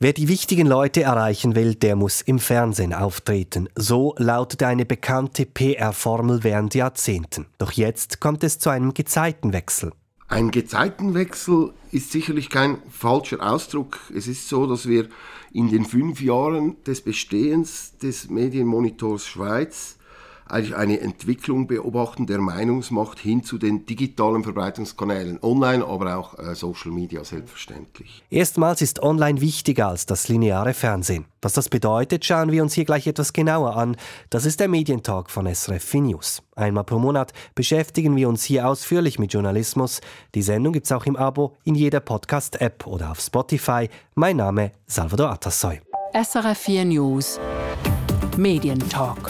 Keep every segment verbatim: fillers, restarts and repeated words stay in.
Wer die wichtigen Leute erreichen will, der muss im Fernsehen auftreten. So lautete eine bekannte P R-Formel während Jahrzehnten. Doch jetzt kommt es zu einem Gezeitenwechsel. Ein Gezeitenwechsel ist sicherlich kein falscher Ausdruck. Es ist so, dass wir in den fünf Jahren des Bestehens des Medienmonitors Schweiz eigentlich eine Entwicklung beobachten der Meinungsmacht hin zu den digitalen Verbreitungskanälen, online, aber auch äh, Social Media selbstverständlich. Erstmals ist online wichtiger als das lineare Fernsehen. Was das bedeutet, schauen wir uns hier gleich etwas genauer an. Das ist der Medientalk von S R F vier News. Einmal pro Monat beschäftigen wir uns hier ausführlich mit Journalismus. Die Sendung gibt's auch im Abo in jeder Podcast-App oder auf Spotify. Mein Name Salvador Atassoy. S R F vier News Medientalk.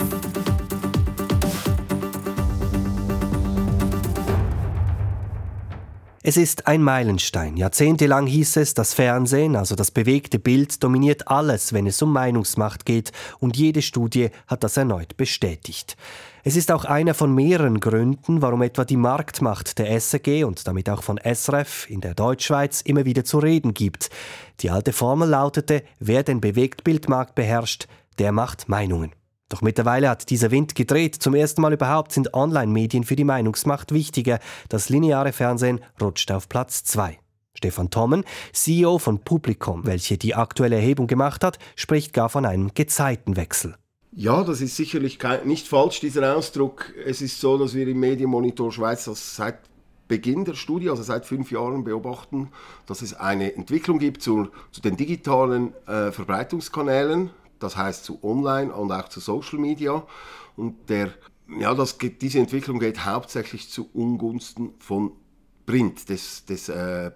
Es ist ein Meilenstein. Jahrzehntelang hieß es, das Fernsehen, also das bewegte Bild, dominiert alles, wenn es um Meinungsmacht geht. Und jede Studie hat das erneut bestätigt. Es ist auch einer von mehreren Gründen, warum etwa die Marktmacht der S R G und damit auch von S R F in der Deutschschweiz immer wieder zu reden gibt. Die alte Formel lautete, wer den Bewegtbildmarkt beherrscht, der macht Meinungen. Doch mittlerweile hat dieser Wind gedreht. Zum ersten Mal überhaupt sind Online-Medien für die Meinungsmacht wichtiger. Das lineare Fernsehen rutscht auf Platz zwei. Stefan Thommen, C E O von Publikum, welche die aktuelle Erhebung gemacht hat, spricht gar von einem Gezeitenwechsel. Ja, das ist sicherlich kein, nicht falsch, dieser Ausdruck. Es ist so, dass wir im Medienmonitor Schweiz das seit Beginn der Studie, also seit fünf Jahren, beobachten, dass es eine Entwicklung gibt zu, zu den digitalen äh, Verbreitungskanälen. Das heißt zu Online und auch zu Social Media. Und der, ja, das geht, diese Entwicklung geht hauptsächlich zu Ungunsten von Print, des, des äh,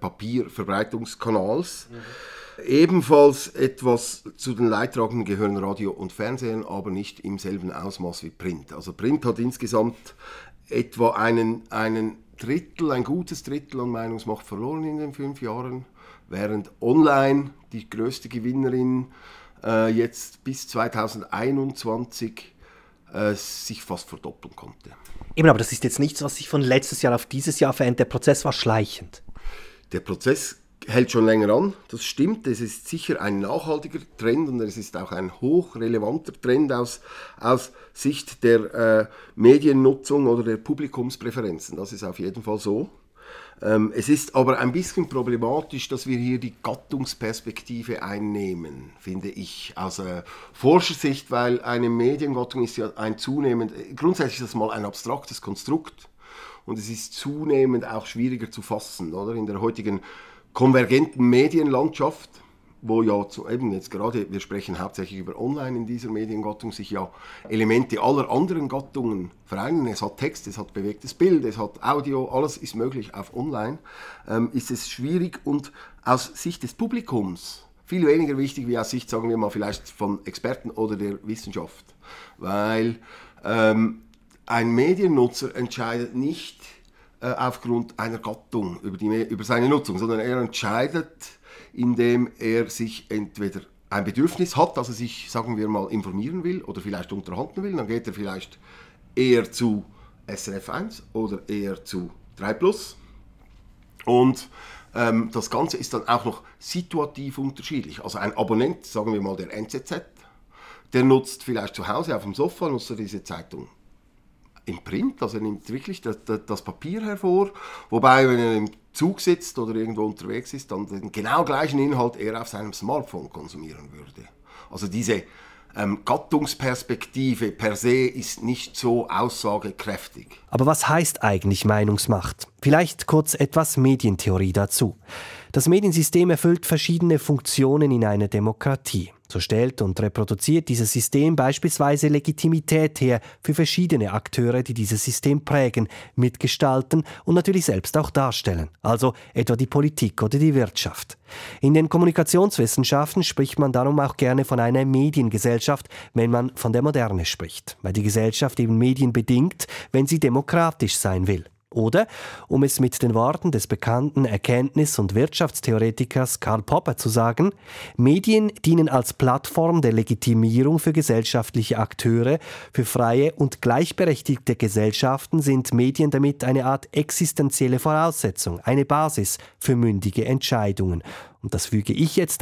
Papierverbreitungskanals. Mhm. Ebenfalls etwas zu den Leidtragenden gehören Radio und Fernsehen, aber nicht im selben Ausmaß wie Print. Also Print hat insgesamt etwa einen, einen Drittel, ein gutes Drittel an Meinungsmacht verloren in den fünf Jahren, während Online die größte Gewinnerin äh, jetzt bis zweitausendeinundzwanzig äh, sich fast verdoppeln konnte. Eben, aber das ist jetzt nichts, was sich von letztes Jahr auf dieses Jahr verändert. Der Prozess war schleichend. Der Prozess hält schon länger an, das stimmt. Es ist sicher ein nachhaltiger Trend und es ist auch ein hochrelevanter Trend aus, aus Sicht der äh, Mediennutzung oder der Publikumspräferenzen. Das ist auf jeden Fall so. Ähm, es ist aber ein bisschen problematisch, dass wir hier die Gattungsperspektive einnehmen, finde ich, aus äh, Forschersicht, weil eine Mediengattung ist ja ein zunehmend, grundsätzlich ist das mal ein abstraktes Konstrukt und es ist zunehmend auch schwieriger zu fassen, oder? In der heutigen konvergenten Medienlandschaft, wo ja zu, eben jetzt gerade, wir sprechen hauptsächlich über Online in dieser Mediengattung, sich ja Elemente aller anderen Gattungen vereinen. Es hat Text, es hat bewegtes Bild, es hat Audio, alles ist möglich auf Online. Ähm, ist es schwierig und aus Sicht des Publikums viel weniger wichtig wie aus Sicht, sagen wir mal, vielleicht von Experten oder der Wissenschaft. Weil ähm, ein Mediennutzer entscheidet nicht äh, aufgrund einer Gattung über, die, über seine Nutzung, sondern er entscheidet, indem er sich entweder ein Bedürfnis hat, dass er sich, sagen wir mal, informieren will oder vielleicht unterhalten will, dann geht er vielleicht eher zu S R F eins oder eher zu drei plus. Und ähm, das Ganze ist dann auch noch situativ unterschiedlich. Also ein Abonnent, sagen wir mal der N Z Z, der nutzt vielleicht zu Hause auf dem Sofa, nutzt er diese Zeitung im Print, also er nimmt wirklich das, das Papier hervor, wobei, wenn er im Zug sitzt oder irgendwo unterwegs ist, dann den genau gleichen Inhalt er auf seinem Smartphone konsumieren würde. Also diese ähm, Gattungsperspektive per se ist nicht so aussagekräftig. Aber was heißt eigentlich Meinungsmacht? Vielleicht kurz etwas Medientheorie dazu. Das Mediensystem erfüllt verschiedene Funktionen in einer Demokratie. So stellt und reproduziert dieses System beispielsweise Legitimität her für verschiedene Akteure, die dieses System prägen, mitgestalten und natürlich selbst auch darstellen, also etwa die Politik oder die Wirtschaft. In den Kommunikationswissenschaften spricht man darum auch gerne von einer Mediengesellschaft, wenn man von der Moderne spricht, weil die Gesellschaft eben Medien bedingt, wenn sie demokratisch sein will. Oder, um es mit den Worten des bekannten Erkenntnis- und Wirtschaftstheoretikers Karl Popper zu sagen, Medien dienen als Plattform der Legitimierung für gesellschaftliche Akteure. Für freie und gleichberechtigte Gesellschaften sind Medien damit eine Art existenzielle Voraussetzung, eine Basis für mündige Entscheidungen. Und das füge ich jetzt an,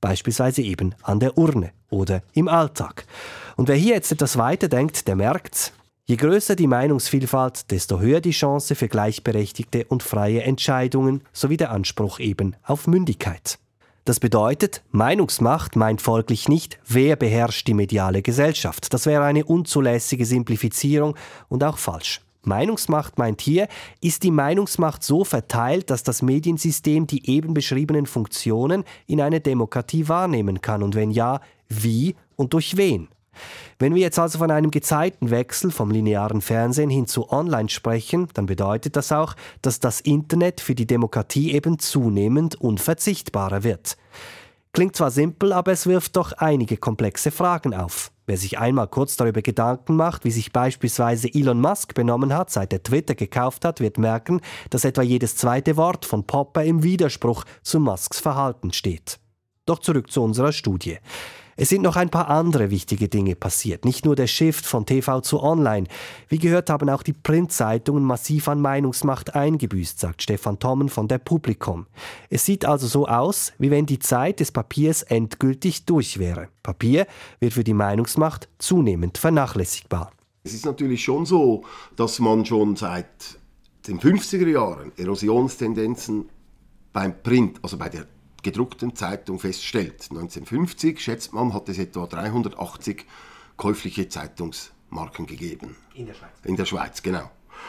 beispielsweise eben an der Urne oder im Alltag. Und wer hier jetzt etwas weiterdenkt, der merkt, je größer die Meinungsvielfalt, desto höher die Chance für gleichberechtigte und freie Entscheidungen sowie der Anspruch eben auf Mündigkeit. Das bedeutet, Meinungsmacht meint folglich nicht, wer beherrscht die mediale Gesellschaft. Das wäre eine unzulässige Simplifizierung und auch falsch. Meinungsmacht meint hier, ist die Meinungsmacht so verteilt, dass das Mediensystem die eben beschriebenen Funktionen in einer Demokratie wahrnehmen kann und wenn ja, wie und durch wen? Wenn wir jetzt also von einem Gezeitenwechsel vom linearen Fernsehen hin zu Online sprechen, dann bedeutet das auch, dass das Internet für die Demokratie eben zunehmend unverzichtbarer wird. Klingt zwar simpel, aber es wirft doch einige komplexe Fragen auf. Wer sich einmal kurz darüber Gedanken macht, wie sich beispielsweise Elon Musk benommen hat, seit er Twitter gekauft hat, wird merken, dass etwa jedes zweite Wort von Popper im Widerspruch zu Musks Verhalten steht. Doch zurück zu unserer Studie. Es sind noch ein paar andere wichtige Dinge passiert. Nicht nur der Shift von T V zu Online. Wie gehört, haben auch die Printzeitungen massiv an Meinungsmacht eingebüßt, sagt Stefan Thommen von der Publikum. Es sieht also so aus, wie wenn die Zeit des Papiers endgültig durch wäre. Papier wird für die Meinungsmacht zunehmend vernachlässigbar. Es ist natürlich schon so, dass man schon seit den fünfziger Jahren Erosionstendenzen beim Print, also bei der gedruckten Zeitung feststellt. neunzehnhundertfünfzig, schätzt man, hat es etwa dreihundertachtzig käufliche Zeitungsmarken gegeben. In der Schweiz. In der Schweiz, genau.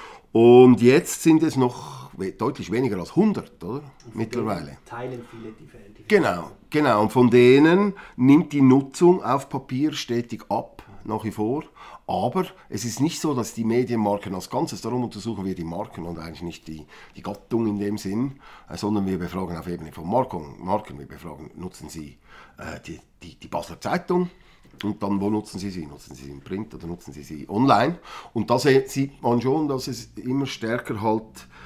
Und jetzt sind es noch deutlich weniger als hundert, oder? Mittlerweile. Teilen viele die Veränderungen. Genau, genau. Und von denen nimmt die Nutzung auf Papier stetig ab, nach wie vor. Aber es ist nicht so, dass die Medienmarken als Ganzes, darum untersuchen wir die Marken und eigentlich nicht die, die Gattung in dem Sinn, sondern wir befragen auf Ebene von Marken. Marken wir befragen, nutzen Sie äh, die, die, die Basler Zeitung und dann, wo nutzen Sie sie? Nutzen Sie sie im Print oder nutzen Sie sie online? Und da sieht man schon, dass es immer stärker halt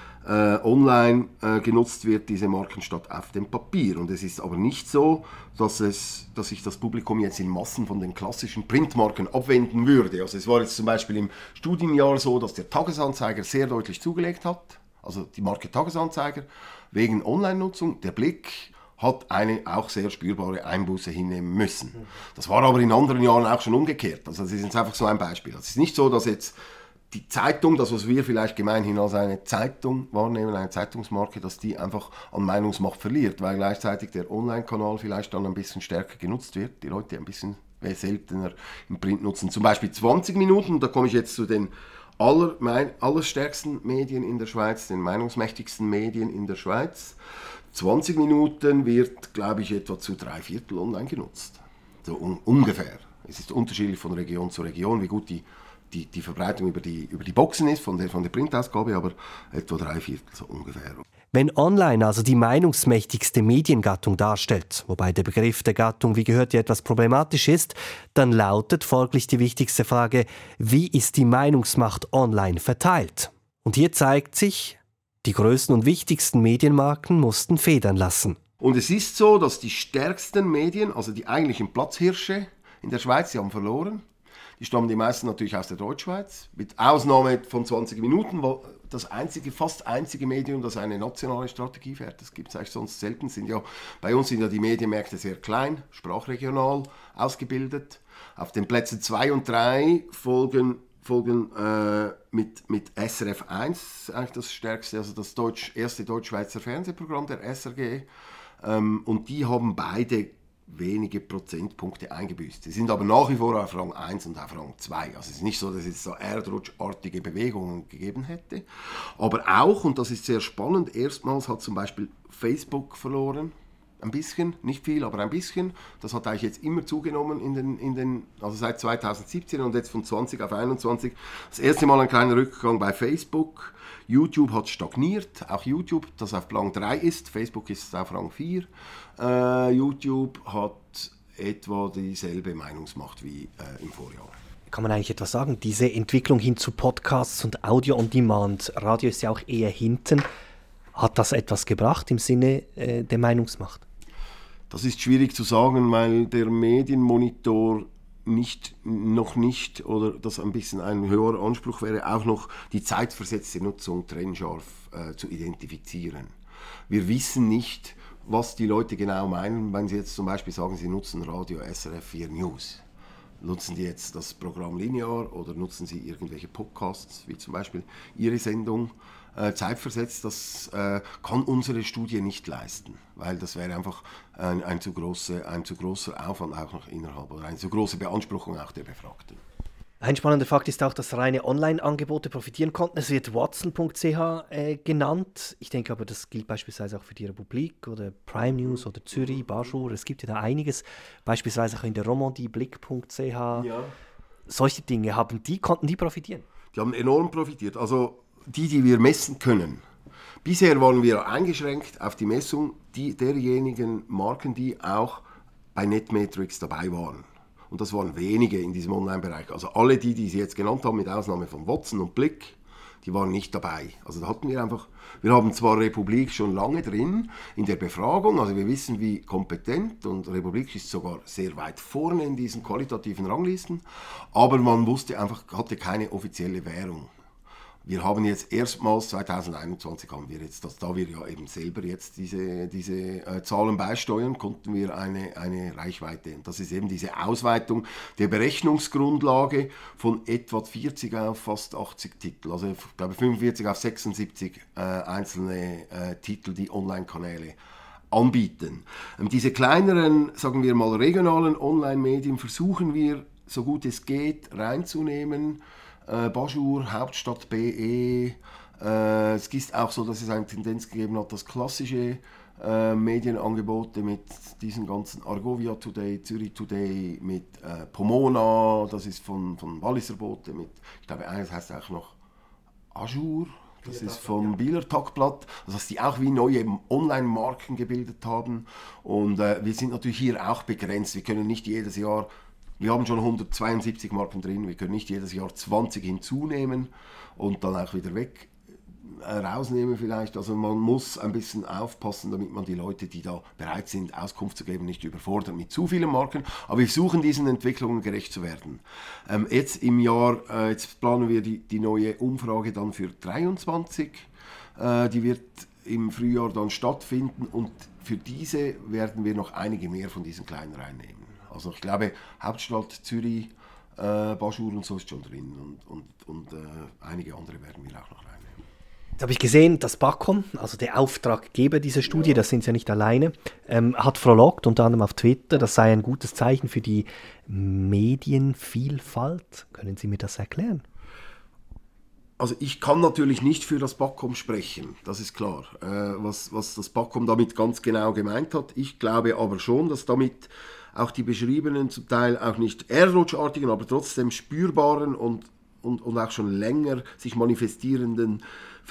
Äh, online äh, genutzt wird, diese Marken, statt auf dem Papier. Und es ist aber nicht so, dass, es, dass sich das Publikum jetzt in Massen von den klassischen Printmarken abwenden würde. Also es war jetzt zum Beispiel im Studienjahr so, dass der Tagesanzeiger sehr deutlich zugelegt hat, also die Marke Tagesanzeiger, wegen Online-Nutzung. Der Blick hat eine auch sehr spürbare Einbuße hinnehmen müssen. Das war aber in anderen Jahren auch schon umgekehrt. Also das ist jetzt einfach so ein Beispiel. Es ist nicht so, dass jetzt die Zeitung, das was wir vielleicht gemeinhin als eine Zeitung wahrnehmen, eine Zeitungsmarke, dass die einfach an Meinungsmacht verliert, weil gleichzeitig der Online-Kanal vielleicht dann ein bisschen stärker genutzt wird, die Leute ein bisschen seltener im Print nutzen. Zum Beispiel zwanzig Minuten, da komme ich jetzt zu den aller, mein, allerstärksten Medien in der Schweiz, den meinungsmächtigsten Medien in der Schweiz. zwanzig Minuten wird, glaube ich, etwa zu drei Viertel online genutzt. So un- ungefähr. Es ist unterschiedlich von Region zu Region, wie gut die Die, die Verbreitung über die, über die Boxen ist, von der, von der Printausgabe, aber etwa drei Viertel so ungefähr. Wenn Online also die meinungsmächtigste Mediengattung darstellt, wobei der Begriff der Gattung, wie gehört, ja etwas problematisch ist, dann lautet folglich die wichtigste Frage, wie ist die Meinungsmacht online verteilt? Und hier zeigt sich, die größten und wichtigsten Medienmarken mussten federn lassen. Und es ist so, dass die stärksten Medien, also die eigentlichen Platzhirsche in der Schweiz, die haben verloren. Die stammen die meisten natürlich aus der Deutschschweiz, mit Ausnahme von zwanzig Minuten, wo das einzige, fast einzige Medium, das eine nationale Strategie fährt. Das gibt es eigentlich sonst selten. Sind ja, bei uns sind ja die Medienmärkte sehr klein, sprachregional ausgebildet. Auf den Plätzen zwei und drei folgen, folgen äh, mit, mit S R F eins eigentlich das stärkste, also das Deutsch, erste Deutschschweizer Fernsehprogramm, der S R G. Ähm, und die haben beide wenige Prozentpunkte eingebüßt. Sie sind aber nach wie vor auf Rang eins und auf Rang zwei. Also es ist nicht so, dass es so erdrutschartige Bewegungen gegeben hätte. Aber auch, und das ist sehr spannend, erstmals hat zum Beispiel Facebook verloren. Ein bisschen, nicht viel, aber ein bisschen. Das hat eigentlich jetzt immer zugenommen, in den, in den, also seit zweitausendsiebzehn und jetzt von zwanzig auf einundzwanzig. Das erste Mal ein kleiner Rückgang bei Facebook. YouTube hat stagniert, auch YouTube, das auf Rang drei ist. Facebook ist auf Rang vier. Äh, YouTube hat etwa dieselbe Meinungsmacht wie äh, im Vorjahr. Kann man eigentlich etwas sagen? Diese Entwicklung hin zu Podcasts und Audio on Demand, Radio ist ja auch eher hinten. Hat das etwas gebracht im Sinne äh, der Meinungsmacht? Das ist schwierig zu sagen, weil der Medienmonitor nicht, noch nicht, oder das ein bisschen ein höherer Anspruch wäre, auch noch die zeitversetzte Nutzung trennscharf äh, zu identifizieren. Wir wissen nicht, was die Leute genau meinen, wenn sie jetzt zum Beispiel sagen, sie nutzen Radio S R F vier News. Nutzen die jetzt das Programm linear oder nutzen sie irgendwelche Podcasts, wie zum Beispiel Ihre Sendung, äh, zeitversetzt? Das äh, kann unsere Studie nicht leisten, weil das wäre einfach ein, ein, zu große, ein zu großer Aufwand auch noch innerhalb oder eine zu große Beanspruchung auch der Befragten. Ein spannender Fakt ist auch, dass reine Online-Angebote profitieren konnten. Es wird Watson punkt c h äh, genannt. Ich denke aber, das gilt beispielsweise auch für die Republik oder Prime News oder Zürich, Bajour. Es gibt ja da einiges. Beispielsweise auch in der Romandie, Blick punkt c h. Ja. Solche Dinge, haben die, konnten die profitieren? Die haben enorm profitiert. Also die, die wir messen können. Bisher waren wir eingeschränkt auf die Messung die, derjenigen Marken, die auch bei Netmetrics dabei waren. Und das waren wenige in diesem Online-Bereich. Also alle die, die Sie jetzt genannt haben, mit Ausnahme von Watson und Blick, die waren nicht dabei. Also da hatten wir einfach, wir haben zwar Republik schon lange drin in der Befragung, also wir wissen, wie kompetent, und Republik ist sogar sehr weit vorne in diesen qualitativen Ranglisten, aber man wusste einfach, hatte keine offizielle Währung. Wir haben jetzt erstmals, zwanzig einundzwanzig haben wir jetzt, dass, da wir ja eben selber jetzt diese, diese äh, Zahlen beisteuern, konnten wir eine, eine Reichweite. Und das ist eben diese Ausweitung der Berechnungsgrundlage von etwa vierzig auf fast achtzig Titel. Also ich glaube fünfundvierzig auf sechsundsiebzig äh, einzelne äh, Titel, die Online-Kanäle anbieten. Ähm, diese kleineren, sagen wir mal, regionalen Online-Medien versuchen wir, so gut es geht, reinzunehmen. Äh, Bajour, Hauptstadt B E. Äh, es ist auch so, dass es eine Tendenz gegeben hat, dass klassische äh, Medienangebote mit diesen ganzen Argovia Today, Zürich Today, mit äh, Pomona, das ist von, von Walliser Bote, mit, ich glaube, eines heißt auch noch Ajour, das ist vom Bieler Tagblatt, also dass die auch wie neue Online-Marken gebildet haben. Und äh, wir sind natürlich hier auch begrenzt, wir können nicht jedes Jahr. Wir haben schon hundertzweiundsiebzig Marken drin, wir können nicht jedes Jahr zwanzig hinzunehmen und dann auch wieder weg äh, rausnehmen vielleicht. Also man muss ein bisschen aufpassen, damit man die Leute, die da bereit sind, Auskunft zu geben, nicht überfordert mit zu vielen Marken. Aber wir versuchen diesen Entwicklungen gerecht zu werden. Ähm, jetzt im Jahr, äh, jetzt planen wir die, die neue Umfrage dann für dreiundzwanzig. Äh, die wird im Frühjahr dann stattfinden und für diese werden wir noch einige mehr von diesen kleinen reinnehmen. Also ich glaube, Hauptstadt Zürich, äh, Bajour und so ist schon drin und, und, und äh, einige andere werden wir auch noch reinnehmen. Jetzt habe ich gesehen, das BAKOM, also der Auftraggeber dieser Studie, ja. Das sind sie ja nicht alleine, ähm, hat frohlockt, unter anderem auf Twitter, das sei ein gutes Zeichen für die Medienvielfalt. Können Sie mir das erklären? Also ich kann natürlich nicht für das BAKOM sprechen, das ist klar, äh, was, was das BAKOM damit ganz genau gemeint hat. Ich glaube aber schon, dass damit auch die beschriebenen, zum Teil auch nicht erdrutschartigen, aber trotzdem spürbaren und, und, und auch schon länger sich manifestierenden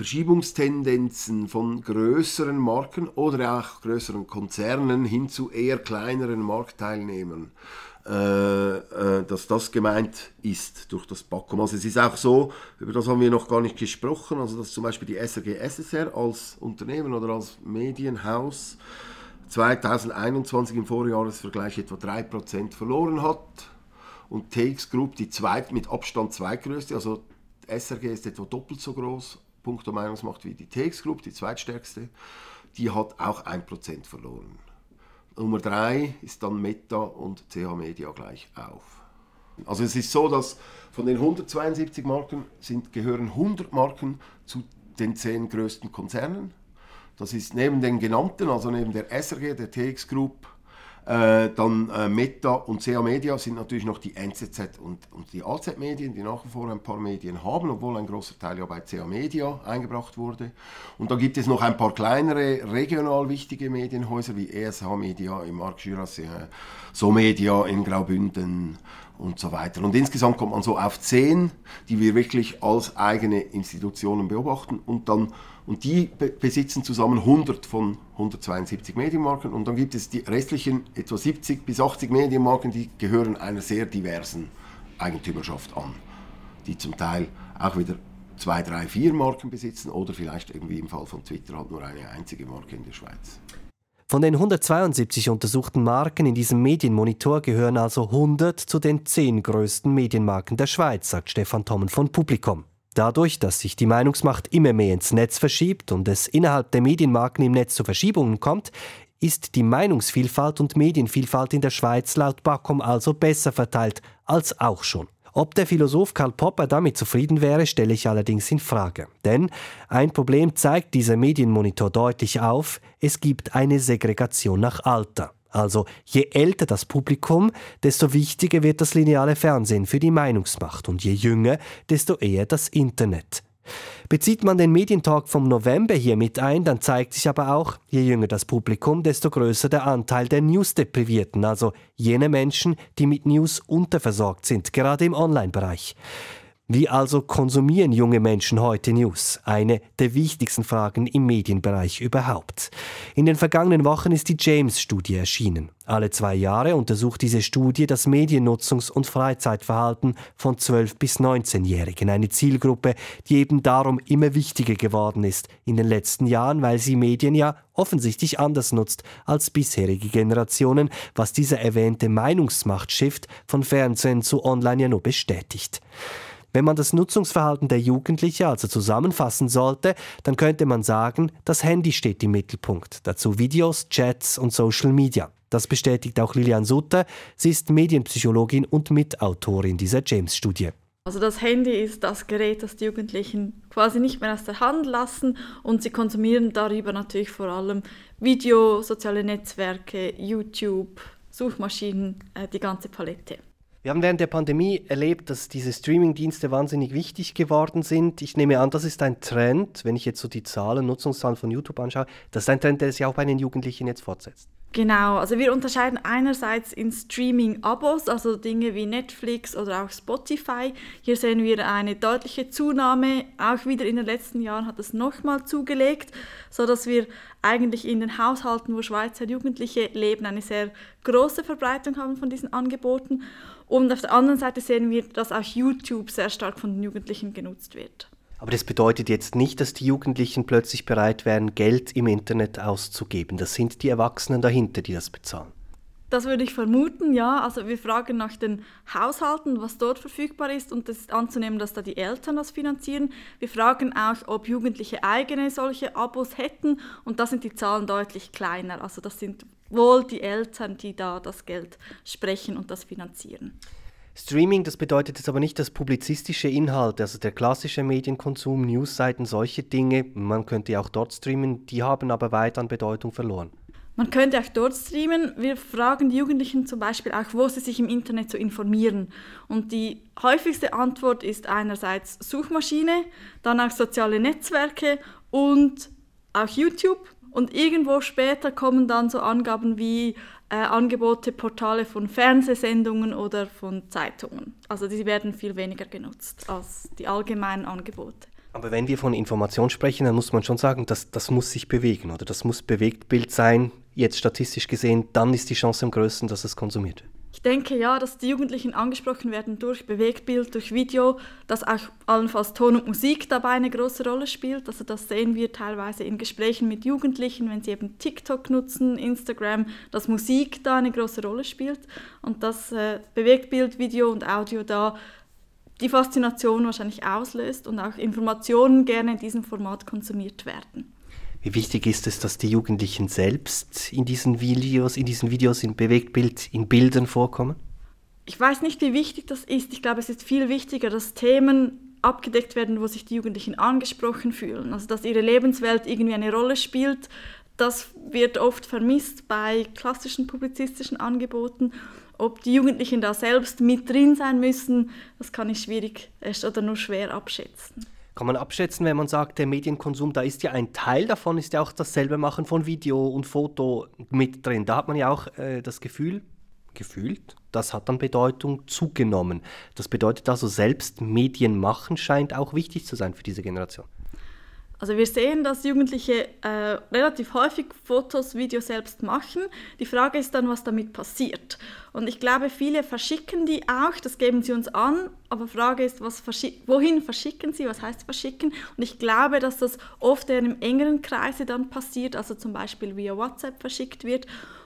Verschiebungstendenzen von größeren Marken oder auch größeren Konzernen hin zu eher kleineren Marktteilnehmern, äh, äh, dass das gemeint ist durch das BAKOM. Also es ist auch so, über das haben wir noch gar nicht gesprochen, also dass zum Beispiel die S R G S S R als Unternehmen oder als Medienhaus zwanzig einundzwanzig im Vorjahresvergleich etwa drei Prozent verloren hat und T X Group, die zweit, mit Abstand zweitgrößte, also S R G ist etwa doppelt so groß, punkto Meinungsmacht, wie die T X Group, die zweitstärkste, die hat auch ein Prozent verloren. Nummer drei ist dann Meta und C H Media gleich auf. Also es ist so, dass von den hundertzweiundsiebzig Marken sind, gehören hundert Marken zu den zehn größten Konzernen. Das ist neben den genannten, also neben der S R G, der T X Group, äh, dann äh, Meta und C H Media sind natürlich noch die N Z Z und, und die A Z Medien, die nach wie vor ein paar Medien haben, obwohl ein großer Teil ja bei C H Media eingebracht wurde. Und dann gibt es noch ein paar kleinere, regional wichtige Medienhäuser wie E S H Media im Arc Jurassien, So Media in Graubünden und so weiter. Und insgesamt kommt man so auf zehn, die wir wirklich als eigene Institutionen beobachten und dann Und die be- besitzen zusammen hundert von hundertzweiundsiebzig Medienmarken. Und dann gibt es die restlichen etwa siebzig bis achtzig Medienmarken, die gehören einer sehr diversen Eigentümerschaft an. Die zum Teil auch wieder zwei, drei, vier Marken besitzen oder vielleicht eben wie im Fall von Twitter halt nur eine einzige Marke in der Schweiz. Von den hundertzweiundsiebzig untersuchten Marken in diesem Medienmonitor gehören also hundert zu den zehn größten Medienmarken der Schweiz, sagt Stefan Thommen von Publikum. Dadurch, dass sich die Meinungsmacht immer mehr ins Netz verschiebt und es innerhalb der Medienmarken im Netz zu Verschiebungen kommt, ist die Meinungsvielfalt und Medienvielfalt in der Schweiz laut BAKOM also besser verteilt als auch schon. Ob der Philosoph Karl Popper damit zufrieden wäre, stelle ich allerdings in Frage. Denn ein Problem zeigt dieser Medienmonitor deutlich auf: Es gibt eine Segregation nach Alter. Also je älter das Publikum, desto wichtiger wird das lineare Fernsehen für die Meinungsmacht und je jünger, desto eher das Internet. Bezieht man den Medientalk vom November hier mit ein, dann zeigt sich aber auch, je jünger das Publikum, desto größer der Anteil der News-Deprivierten, also jene Menschen, die mit News unterversorgt sind, gerade im Online-Bereich. Wie also konsumieren junge Menschen heute News? Eine der wichtigsten Fragen im Medienbereich überhaupt. In den vergangenen Wochen ist die James-Studie erschienen. Alle zwei Jahre untersucht diese Studie das Mediennutzungs- und Freizeitverhalten von zwölf- bis neunzehnjährigen. Eine Zielgruppe, die eben darum immer wichtiger geworden ist in den letzten Jahren, weil sie Medien ja offensichtlich anders nutzt als bisherige Generationen, was dieser erwähnte Meinungsmacht-Shift von Fernsehen zu Online ja nur bestätigt. Wenn man das Nutzungsverhalten der Jugendlichen also zusammenfassen sollte, dann könnte man sagen, das Handy steht im Mittelpunkt. Dazu Videos, Chats und Social Media. Das bestätigt auch Lilian Sutter. Sie ist Medienpsychologin und Mitautorin dieser James-Studie. Also das Handy ist das Gerät, das die Jugendlichen quasi nicht mehr aus der Hand lassen, und sie konsumieren darüber natürlich vor allem Video, soziale Netzwerke, YouTube, Suchmaschinen, äh, die ganze Palette. Wir haben während der Pandemie erlebt, dass diese Streaming-Dienste wahnsinnig wichtig geworden sind. Ich nehme an, das ist ein Trend, wenn ich jetzt so die Zahlen, Nutzungszahlen von YouTube anschaue, das ist ein Trend, der sich auch bei den Jugendlichen jetzt fortsetzt. Genau, also wir unterscheiden einerseits in Streaming-Abos, also Dinge wie Netflix oder auch Spotify. Hier sehen wir eine deutliche Zunahme, auch wieder in den letzten Jahren hat es nochmal zugelegt, sodass wir eigentlich in den Haushalten, wo Schweizer Jugendliche leben, eine sehr große Verbreitung haben von diesen Angeboten. Und auf der anderen Seite sehen wir, dass auch YouTube sehr stark von den Jugendlichen genutzt wird. Aber das bedeutet jetzt nicht, dass die Jugendlichen plötzlich bereit wären, Geld im Internet auszugeben. Das sind die Erwachsenen dahinter, die das bezahlen. Das würde ich vermuten, ja. Also wir fragen nach den Haushalten, was dort verfügbar ist, und es ist anzunehmen, dass da die Eltern das finanzieren. Wir fragen auch, ob Jugendliche eigene solche Abos hätten, und da sind die Zahlen deutlich kleiner. Also das sind wohl die Eltern, die da das Geld sprechen und das finanzieren. Streaming, das bedeutet jetzt aber nicht, dass publizistische Inhalte, also der klassische Medienkonsum, Newsseiten, solche Dinge, man könnte ja auch dort streamen, die haben aber weit an Bedeutung verloren. Man könnte auch dort streamen. Wir fragen die Jugendlichen zum Beispiel auch, wo sie sich im Internet so informieren. Und die häufigste Antwort ist einerseits Suchmaschine, dann auch soziale Netzwerke und auch YouTube. Und irgendwo später kommen dann so Angaben wie äh, Angebote, Portale von Fernsehsendungen oder von Zeitungen. Also die werden viel weniger genutzt als die allgemeinen Angebote. Aber wenn wir von Information sprechen, dann muss man schon sagen, dass das muss sich bewegen, oder das muss Bewegtbild sein. Jetzt statistisch gesehen, dann ist die Chance am größten, dass es konsumiert wird. Ich denke ja, dass die Jugendlichen angesprochen werden durch Bewegtbild, durch Video, dass auch allenfalls Ton und Musik dabei eine große Rolle spielt. Also das sehen wir teilweise in Gesprächen mit Jugendlichen, wenn sie eben TikTok nutzen, Instagram, dass Musik da eine große Rolle spielt und dass äh, Bewegtbild, Video und Audio da die Faszination wahrscheinlich auslöst und auch Informationen gerne in diesem Format konsumiert werden. Wie wichtig ist es, dass die Jugendlichen selbst in diesen Videos, in diesen Videos, in Bewegtbild, in Bildern vorkommen? Ich weiß nicht, wie wichtig das ist. Ich glaube, es ist viel wichtiger, dass Themen abgedeckt werden, wo sich die Jugendlichen angesprochen fühlen. Also, dass ihre Lebenswelt irgendwie eine Rolle spielt. Das wird oft vermisst bei klassischen publizistischen Angeboten. Ob die Jugendlichen da selbst mit drin sein müssen, das kann ich schwierig oder nur schwer abschätzen. Kann man abschätzen, wenn man sagt, der Medienkonsum, da ist ja ein Teil davon, ist ja auch das Selbermachen von Video und Foto mit drin. Da hat man ja auch äh, das Gefühl, gefühlt, das hat dann Bedeutung zugenommen. Das bedeutet also, selbst Medien machen scheint auch wichtig zu sein für diese Generation. Also wir sehen, dass Jugendliche äh, relativ häufig Fotos, Videos selbst machen. Die Frage ist dann, was damit passiert. Und ich glaube, viele verschicken die auch, das geben sie uns an. Aber die Frage ist, was verschi- wohin verschicken sie, was heißt verschicken? Und ich glaube, dass das oft eher im engeren Kreise dann passiert, also zum Beispiel via WhatsApp verschickt wird.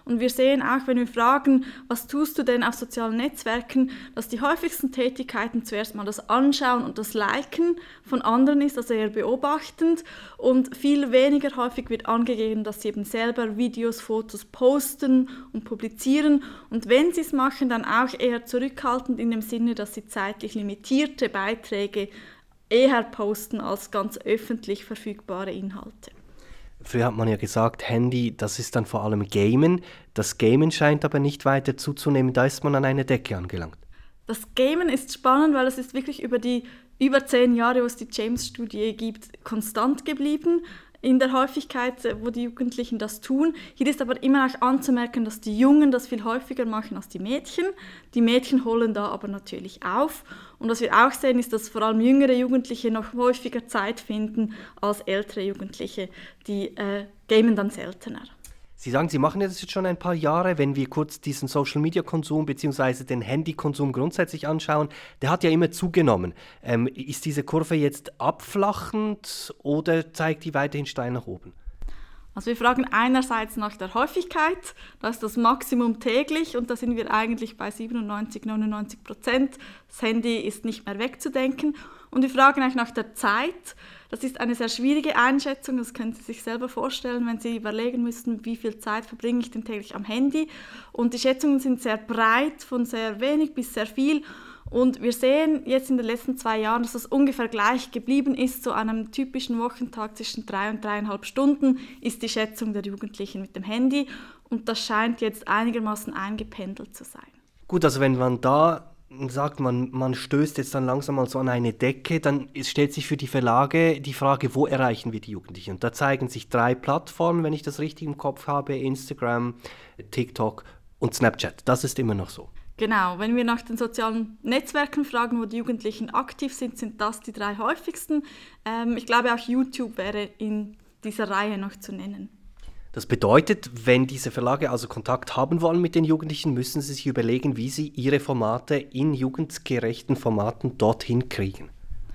Und wir sehen auch, wenn wir fragen, was tust du denn auf sozialen Netzwerken, dass die häufigsten Tätigkeiten zuerst mal das Anschauen und das Liken von anderen ist, also eher beobachtend. Und viel weniger häufig wird angegeben, dass sie eben selber Videos, Fotos posten und publizieren. Und wenn sie es machen, dann auch eher zurückhaltend in dem Sinne, dass sie zeitlich limitierte Beiträge eher posten als ganz öffentlich verfügbare Inhalte. Früher hat man ja gesagt, Handy, das ist dann vor allem Gamen. Das Gamen scheint aber nicht weiter zuzunehmen, da ist man an eine Decke angelangt. Das Gamen ist spannend, weil es ist wirklich über die über zehn Jahre, wo es die James-Studie gibt, konstant geblieben in der Häufigkeit, wo die Jugendlichen das tun. Hier ist aber immer auch anzumerken, dass die Jungen das viel häufiger machen als die Mädchen. Die Mädchen holen da aber natürlich auf. Und was wir auch sehen, ist, dass vor allem jüngere Jugendliche noch häufiger Zeit finden als ältere Jugendliche. Die äh, gamen dann seltener. Sie sagen, Sie machen das jetzt schon ein paar Jahre. Wenn wir kurz diesen Social-Media-Konsum bzw. den Handykonsum grundsätzlich anschauen, der hat ja immer zugenommen. Ähm, ist diese Kurve jetzt abflachend oder zeigt die weiterhin steil nach oben? Also wir fragen einerseits nach der Häufigkeit, da ist das Maximum täglich und da sind wir eigentlich bei siebenundneunzig, neunundneunzig Prozent. Das Handy ist nicht mehr wegzudenken. Und wir fragen auch nach der Zeit. Das ist eine sehr schwierige Einschätzung, das können Sie sich selber vorstellen, wenn Sie überlegen müssten, wie viel Zeit verbringe ich denn täglich am Handy. Und die Schätzungen sind sehr breit, von sehr wenig bis sehr viel. Und wir sehen jetzt in den letzten zwei Jahren, dass das ungefähr gleich geblieben ist. So an einem typischen Wochentag zwischen drei und dreieinhalb Stunden ist die Schätzung der Jugendlichen mit dem Handy. Und das scheint jetzt einigermaßen eingependelt zu sein. Gut, also wenn man da sagt, man, man stößt jetzt dann langsam mal so an eine Decke, dann stellt sich für die Verlage die Frage, wo erreichen wir die Jugendlichen? Und da zeigen sich drei Plattformen, wenn ich das richtig im Kopf habe, Instagram, TikTok und Snapchat. Das ist immer noch so. Genau, wenn wir nach den sozialen Netzwerken fragen, wo die Jugendlichen aktiv sind, sind das die drei häufigsten. Ähm, ich glaube, auch YouTube wäre in dieser Reihe noch zu nennen. Das bedeutet, wenn diese Verlage also Kontakt haben wollen mit den Jugendlichen, müssen sie sich überlegen, wie sie ihre Formate in jugendgerechten Formaten dorthin kriegen.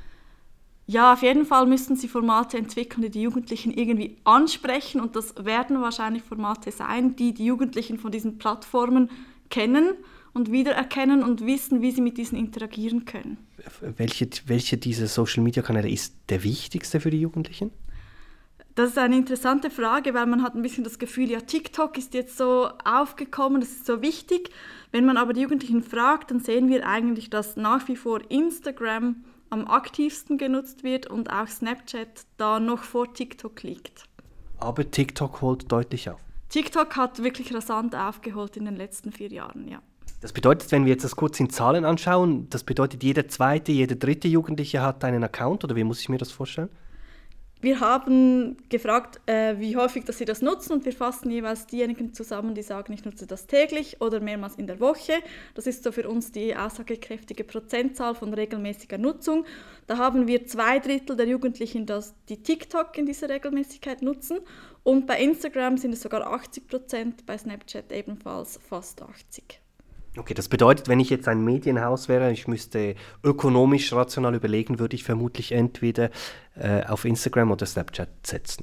Ja, auf jeden Fall müssen sie Formate entwickeln, die die Jugendlichen irgendwie ansprechen. Und das werden wahrscheinlich Formate sein, die die Jugendlichen von diesen Plattformen kennen und wiedererkennen und wissen, wie sie mit diesen interagieren können. Welche, welche dieser Social-Media-Kanäle ist der wichtigste für die Jugendlichen? Das ist eine interessante Frage, weil man hat ein bisschen das Gefühl, ja, TikTok ist jetzt so aufgekommen, das ist so wichtig. Wenn man aber die Jugendlichen fragt, dann sehen wir eigentlich, dass nach wie vor Instagram am aktivsten genutzt wird und auch Snapchat da noch vor TikTok liegt. Aber TikTok holt deutlich auf. TikTok hat wirklich rasant aufgeholt in den letzten vier Jahren, ja. Das bedeutet, wenn wir jetzt das kurz in Zahlen anschauen, das bedeutet, jeder zweite, jeder dritte Jugendliche hat einen Account, oder wie muss ich mir das vorstellen? Wir haben gefragt, äh, wie häufig dass sie das nutzen und wir fassen jeweils diejenigen zusammen, die sagen, ich nutze das täglich oder mehrmals in der Woche. Das ist so für uns die aussagekräftige Prozentzahl von regelmäßiger Nutzung. Da haben wir zwei Drittel der Jugendlichen, das, die TikTok in dieser Regelmäßigkeit nutzen und bei Instagram sind es sogar achtzig Prozent, bei Snapchat ebenfalls fast achtzig. Okay, das bedeutet, wenn ich jetzt ein Medienhaus wäre, ich müsste ökonomisch rational überlegen, würde ich vermutlich entweder äh, auf Instagram oder Snapchat setzen.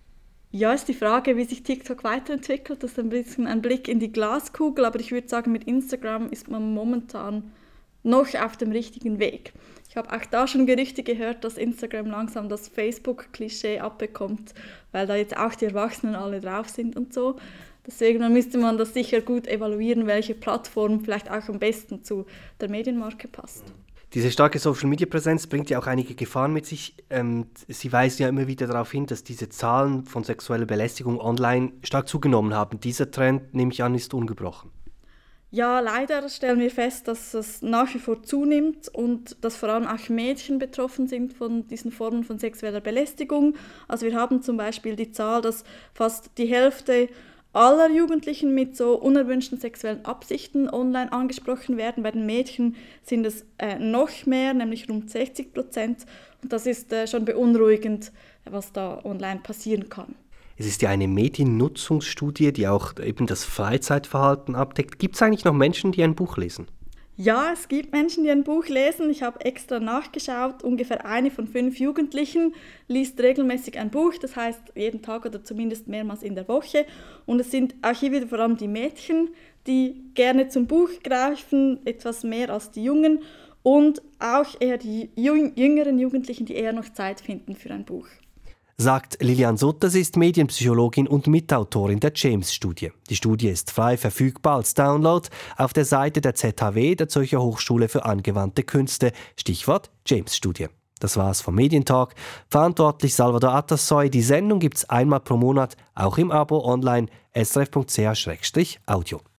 Ja, ist die Frage, wie sich TikTok weiterentwickelt. Das ist ein bisschen ein Blick in die Glaskugel, aber ich würde sagen, mit Instagram ist man momentan noch auf dem richtigen Weg. Ich habe auch da schon Gerüchte gehört, dass Instagram langsam das Facebook-Klischee abbekommt, weil da jetzt auch die Erwachsenen alle drauf sind und so. Deswegen müsste man das sicher gut evaluieren, welche Plattform vielleicht auch am besten zu der Medienmarke passt. Diese starke Social-Media-Präsenz bringt ja auch einige Gefahren mit sich. Ähm, Sie weisen ja immer wieder darauf hin, dass diese Zahlen von sexueller Belästigung online stark zugenommen haben. Dieser Trend, nehme ich an, ist ungebrochen. Ja, leider stellen wir fest, dass es nach wie vor zunimmt und dass vor allem auch Mädchen betroffen sind von diesen Formen von sexueller Belästigung. Also wir haben zum Beispiel die Zahl, dass fast die Hälfte aller Jugendlichen mit so unerwünschten sexuellen Absichten online angesprochen werden. Bei den Mädchen sind es äh, noch mehr, nämlich rund sechzig Prozent. Und das ist äh, schon beunruhigend, was da online passieren kann. Es ist ja eine Mediennutzungsstudie, die auch eben das Freizeitverhalten abdeckt. Gibt es eigentlich noch Menschen, die ein Buch lesen? Ja, es gibt Menschen, die ein Buch lesen. Ich habe extra nachgeschaut. Ungefähr eine von fünf Jugendlichen liest regelmäßig ein Buch. Das heißt, jeden Tag oder zumindest mehrmals in der Woche. Und es sind auch hier wieder vor allem die Mädchen, die gerne zum Buch greifen, etwas mehr als die Jungen. Und auch eher die jüngeren Jugendlichen, die eher noch Zeit finden für ein Buch. Sagt Lilian Sutter, sie ist Medienpsychologin und Mitautorin der James-Studie. Die Studie ist frei verfügbar als Download auf der Seite der Z H W, der Zürcher Hochschule für angewandte Künste. Stichwort James-Studie. Das war's vom Medientalk. Verantwortlich Salvador Atassoy. Die Sendung gibt's einmal pro Monat, auch im Abo online s r f punkt c h slash audio.